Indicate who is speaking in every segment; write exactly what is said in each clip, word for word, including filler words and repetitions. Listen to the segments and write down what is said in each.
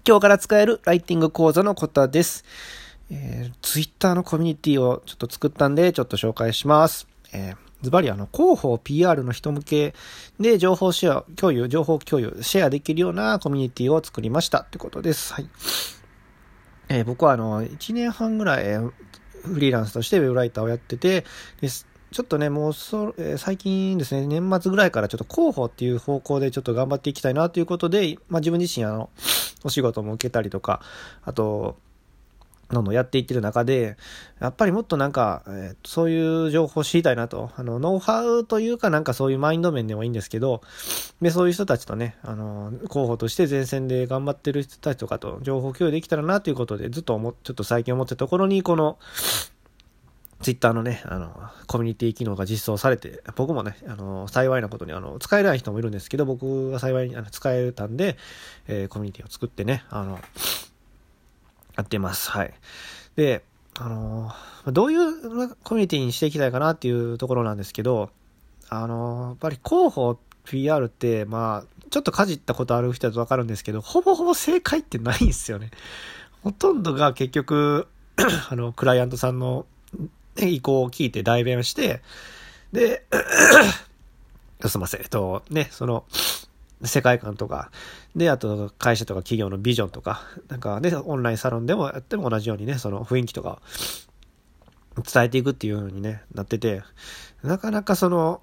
Speaker 1: 今日から使えるライティング講座のコタです。えー、Twitter のコミュニティをちょっと作ったんで、ちょっと紹介します。えー、ズバリあの、広報 ピーアール の人向けで情報シェア、共有、情報共有、シェアできるようなコミュニティを作りましたってことです。はい。えー、僕はあの、いちねんはんぐらいフリーランスとしてウェブライターをやってて、ですちょっとね、もうそ、えー、最近ですね、年末ぐらいからちょっと広報っていう方向でちょっと頑張っていきたいなということで、まあ自分自身あの、お仕事も受けたりとか、あと、どんどんやっていってる中で、やっぱりもっとなんか、えー、そういう情報を知りたいなと、あの、ノウハウというかなんかそういうマインド面でもいいんですけど、で、そういう人たちとね、あの、広報として前線で頑張ってる人たちとかと情報共有できたらなということで、ずっと思、ちょっと最近思ってたところに、この、ツイッターのね、あの、コミュニティ機能が実装されて、僕もね、あの、幸いなことに、あの、使えない人もいるんですけど、僕は幸いにあの使えたんで、えー、コミュニティを作ってね、あの、やってます。はい。で、あの、どういうコミュニティにしていきたいかなっていうところなんですけど、あの、やっぱり広報 ピーアール って、まあ、ちょっとかじったことある人だとわかるんですけど、ほぼほぼ正解ってないんですよね。ほとんどが結局、あの、クライアントさんの意向を聞いて代弁をして、で、すいません、えっと、ね、その、世界観とか、で、あと会社とか企業のビジョンとか、なんかね、オンラインサロンでもやっても同じようにね、その雰囲気とかを伝えていくっていう風にね、なってて、なかなかその、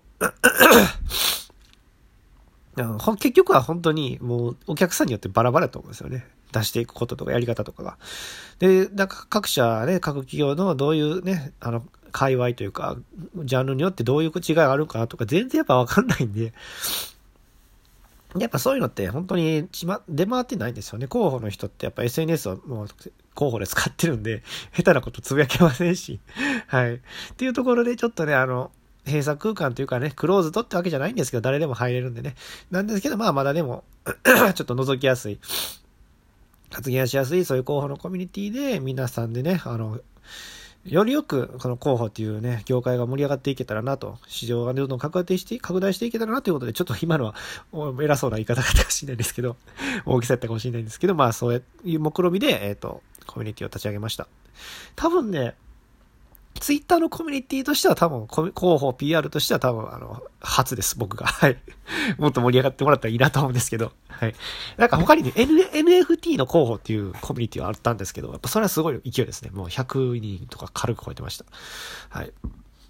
Speaker 1: 結局は本当にもうお客さんによってバラバラだと思うんですよね。出していくこととかやり方とかが。で、なんか各社ね、各企業のどういうね、あの、界隈というか、ジャンルによってどういう違いがあるかなとか、全然やっぱわかんないんで、やっぱそういうのって本当にちま、出回ってないんですよね。広報の人ってやっぱ エスエヌエス をもう広報で使ってるんで、下手なことつぶやけませんし、はい。っていうところでちょっとね、あの、閉鎖空間というかね、クローズドってわけじゃないんですけど、誰でも入れるんでね。なんですけど、まあまだでも、ちょっと覗きやすい、発言しやすい、そういう広報のコミュニティで、皆さんでね、あの、よりよく、この広報っていうね、業界が盛り上がっていけたらなと、市場がどんどん拡大して、拡大していけたらなということで、ちょっと今のは、偉そうな言い方だったかもしれないんですけど、大きさやったかもしれないんですけど、まあそういう目論見で、えっと、コミュニティを立ち上げました。多分ね、ツイッターのコミュニティとしては多分、広報 ピーアール としては多分、あの、初です、僕が。はい。もっと盛り上がってもらったらいいなと思うんですけど。はい。なんか他にね、N、エヌエフティー の広報っていうコミュニティはあったんですけど、やっぱそれはすごい勢いですね。もうひゃくにんとか軽く超えてました。はい。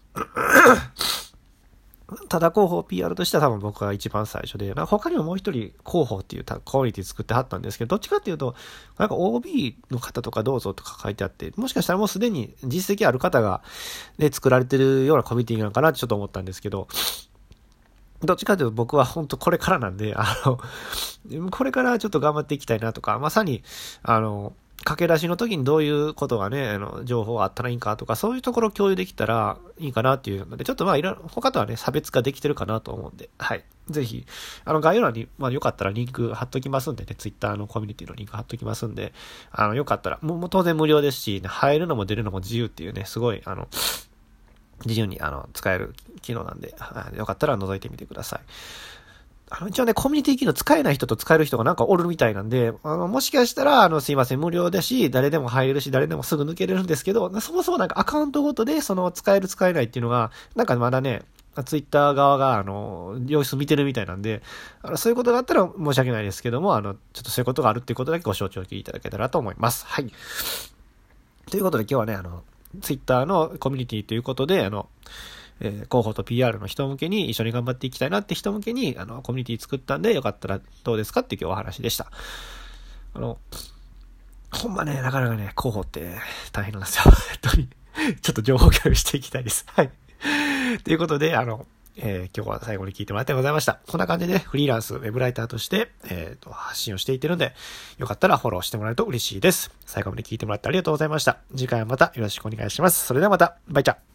Speaker 1: ただ広報 ピーアール としては多分僕が一番最初で、他にももう一人広報っていうコミュニティ作ってはったんですけど、どっちかっていうと、なんか オービー の方とかどうぞとか書いてあって、もしかしたらもうすでに実績ある方がね、作られてるようなコミュニティなのかなってちょっと思ったんですけど、どっちかというと僕は本当これからなんで、あの、これからちょっと頑張っていきたいなとか、まさに、あの、駆け出しの時にどういうことがね、あの、情報があったらいいんかとか、そういうところを共有できたらいいかなっていうので、ちょっとまあ、いろいろ、他とはね、差別化できてるかなと思うんで、はい。ぜひ、あの、概要欄に、まあ、よかったらリンク貼っときますんでね、ツイッターのコミュニティのリンク貼っときますんで、あの、よかったら、もう、もう当然無料ですし、入るのも出るのも自由っていうね、すごい、あの、自由に、あの、使える機能なんで、よかったら覗いてみてください。あの、一応ね、コミュニティ機能使えない人と使える人がなんかおるみたいなんで、あの、もしかしたら、あの、すいません、無料だし、誰でも入れるし、誰でもすぐ抜けれるんですけど、そもそもなんかアカウントごとで、その、使える使えないっていうのが、なんかまだね、ツイッター側が、あの、様子見てるみたいなんで、あの、そういうことがあったら申し訳ないですけども、あの、ちょっとそういうことがあるっていうことだけご承知おきいただけたらと思います。はい。ということで今日はね、あの、ツイッターのコミュニティということで、あの、えー、広報と ピーアール の人向けに一緒に頑張っていきたいなって人向けにあのコミュニティ作ったんでよかったらどうですかっていう今日お話でした。あのほんまねなかなかね広報って大変なんですよ。本当にちょっと情報共有していきたいです。はい。ということであの、えー、今日は最後に聞いてもらってございました。こんな感じで、ね、フリーランスウェブライターとして、えー、と発信をしていってるのでよかったらフォローしてもらえると嬉しいです。最後まで聞いてもらってありがとうございました。次回はまたよろしくお願いします。それではまたバイチャ。